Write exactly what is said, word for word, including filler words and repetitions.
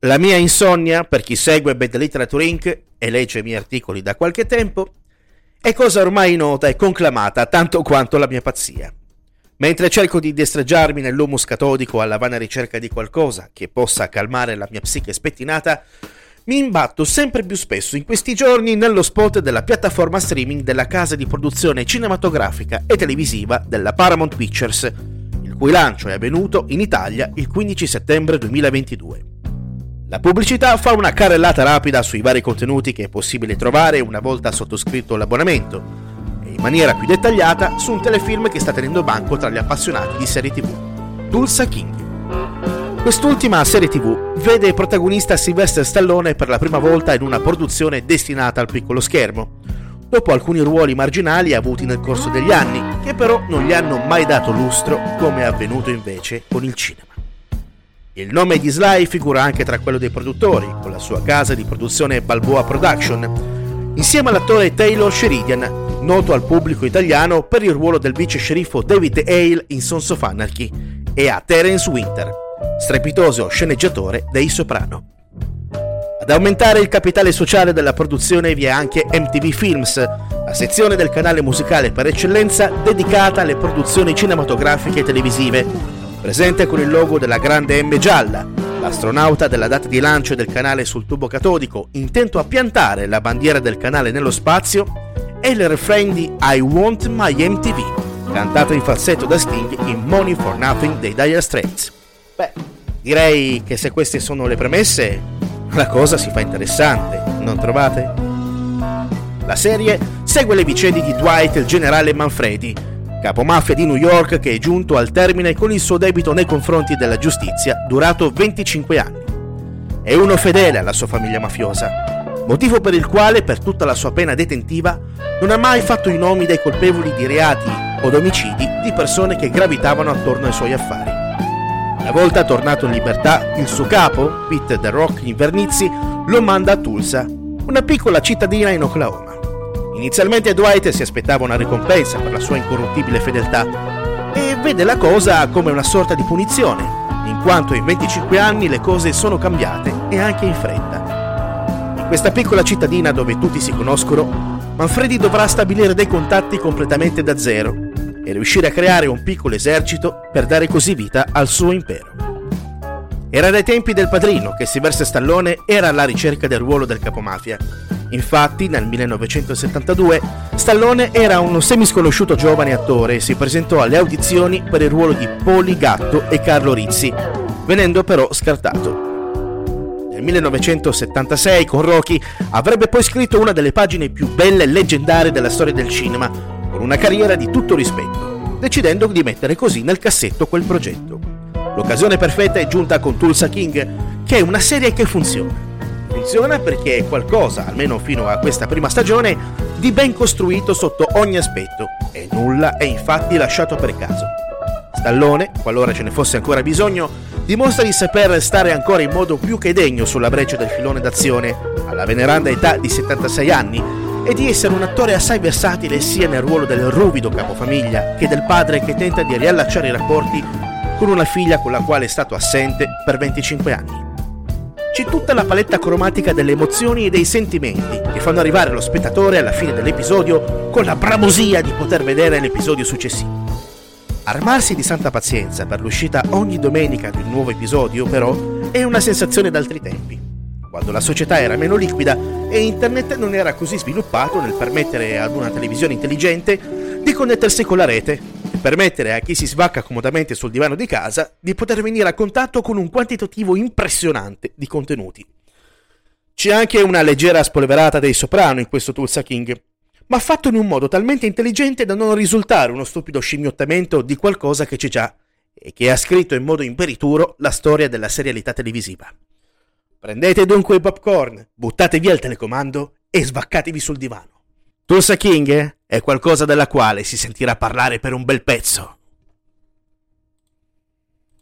La mia insonnia, per chi segue Bad Literature incorporated e legge i miei articoli da qualche tempo, è cosa ormai nota e conclamata tanto quanto la mia pazzia. Mentre cerco di destreggiarmi nell'humus catodico alla vana ricerca di qualcosa che possa calmare la mia psiche spettinata, mi imbatto sempre più spesso in questi giorni nello spot della piattaforma streaming della casa di produzione cinematografica e televisiva della Paramount Pictures, il cui lancio è avvenuto in Italia il quindici settembre duemilaventidue. La pubblicità fa una carrellata rapida sui vari contenuti che è possibile trovare una volta sottoscritto l'abbonamento e in maniera più dettagliata su un telefilm che sta tenendo banco tra gli appassionati di serie tivù, Tulsa King. Quest'ultima serie tivù vede protagonista Sylvester Stallone per la prima volta in una produzione destinata al piccolo schermo, dopo alcuni ruoli marginali avuti nel corso degli anni, che però non gli hanno mai dato lustro come è avvenuto invece con il cinema. Il nome di Sly figura anche tra quello dei produttori, con la sua casa di produzione Balboa Production, insieme all'attore Taylor Sheridan, noto al pubblico italiano per il ruolo del vice sceriffo David Hale in Sons of Anarchy, e a Terence Winter, strepitoso sceneggiatore dei Soprano. Ad aumentare il capitale sociale della produzione vi è anche M T V Films, la sezione del canale musicale per eccellenza dedicata alle produzioni cinematografiche e televisive, presente con il logo della grande M gialla, l'astronauta della data di lancio del canale sul tubo catodico intento a piantare la bandiera del canale nello spazio, e il refrain di I Want My M T V, cantato in falsetto da Sting in Money for Nothing dei Dire Straits. Beh, direi che se queste sono le premesse, la cosa si fa interessante, non trovate? La serie segue le vicende di Dwight il generale Manfredi, capomafia di New York che è giunto al termine con il suo debito nei confronti della giustizia durato venticinque anni. È uno fedele alla sua famiglia mafiosa, motivo per il quale per tutta la sua pena detentiva non ha mai fatto i nomi dei colpevoli di reati o omicidi di persone che gravitavano attorno ai suoi affari. Una volta tornato in libertà, il suo capo, Pete The Rock Invernizzi, lo manda a Tulsa, una piccola cittadina in Oklahoma. Inizialmente Dwight si aspettava una ricompensa per la sua incorruttibile fedeltà e vede la cosa come una sorta di punizione, in quanto in venticinque anni le cose sono cambiate e anche in fretta. In questa piccola cittadina dove tutti si conoscono, Manfredi dovrà stabilire dei contatti completamente da zero e riuscire a creare un piccolo esercito per dare così vita al suo impero. Era dai tempi del Padrino che Sylvester Stallone era alla ricerca del ruolo del capomafia. Infatti, nel millenovecentosettantadue, Stallone era uno semisconosciuto giovane attore e si presentò alle audizioni per il ruolo di Poli Gatto e Carlo Rizzi, venendo però scartato. Nel millenovecentosettantasei, con Rocky, avrebbe poi scritto una delle pagine più belle e leggendarie della storia del cinema, con una carriera di tutto rispetto, decidendo di mettere così nel cassetto quel progetto. L'occasione perfetta è giunta con Tulsa King, che è una serie che funziona. Funziona perché è qualcosa, almeno fino a questa prima stagione, di ben costruito sotto ogni aspetto, e nulla è infatti lasciato per caso. Stallone, qualora ce ne fosse ancora bisogno, dimostra di saper stare ancora in modo più che degno sulla breccia del filone d'azione, alla veneranda età di settantasei anni, e di essere un attore assai versatile sia nel ruolo del ruvido capofamiglia che del padre che tenta di riallacciare i rapporti con una figlia con la quale è stato assente per venticinque anni. C'è tutta la paletta cromatica delle emozioni e dei sentimenti che fanno arrivare lo spettatore alla fine dell'episodio con la bramosia di poter vedere l'episodio successivo. Armarsi di santa pazienza per l'uscita ogni domenica di un nuovo episodio, però, è una sensazione d'altri tempi, quando la società era meno liquida e internet non era così sviluppato nel permettere ad una televisione intelligente di connettersi con la rete e permettere a chi si svacca comodamente sul divano di casa di poter venire a contatto con un quantitativo impressionante di contenuti. C'è anche una leggera spolverata dei Soprano in questo Tulsa King, ma fatto in un modo talmente intelligente da non risultare uno stupido scimmiottamento di qualcosa che c'è già e che ha scritto in modo imperituro la storia della serialità televisiva. Prendete dunque i popcorn, buttate via il telecomando e svaccatevi sul divano. Tulsa King è qualcosa della quale si sentirà parlare per un bel pezzo.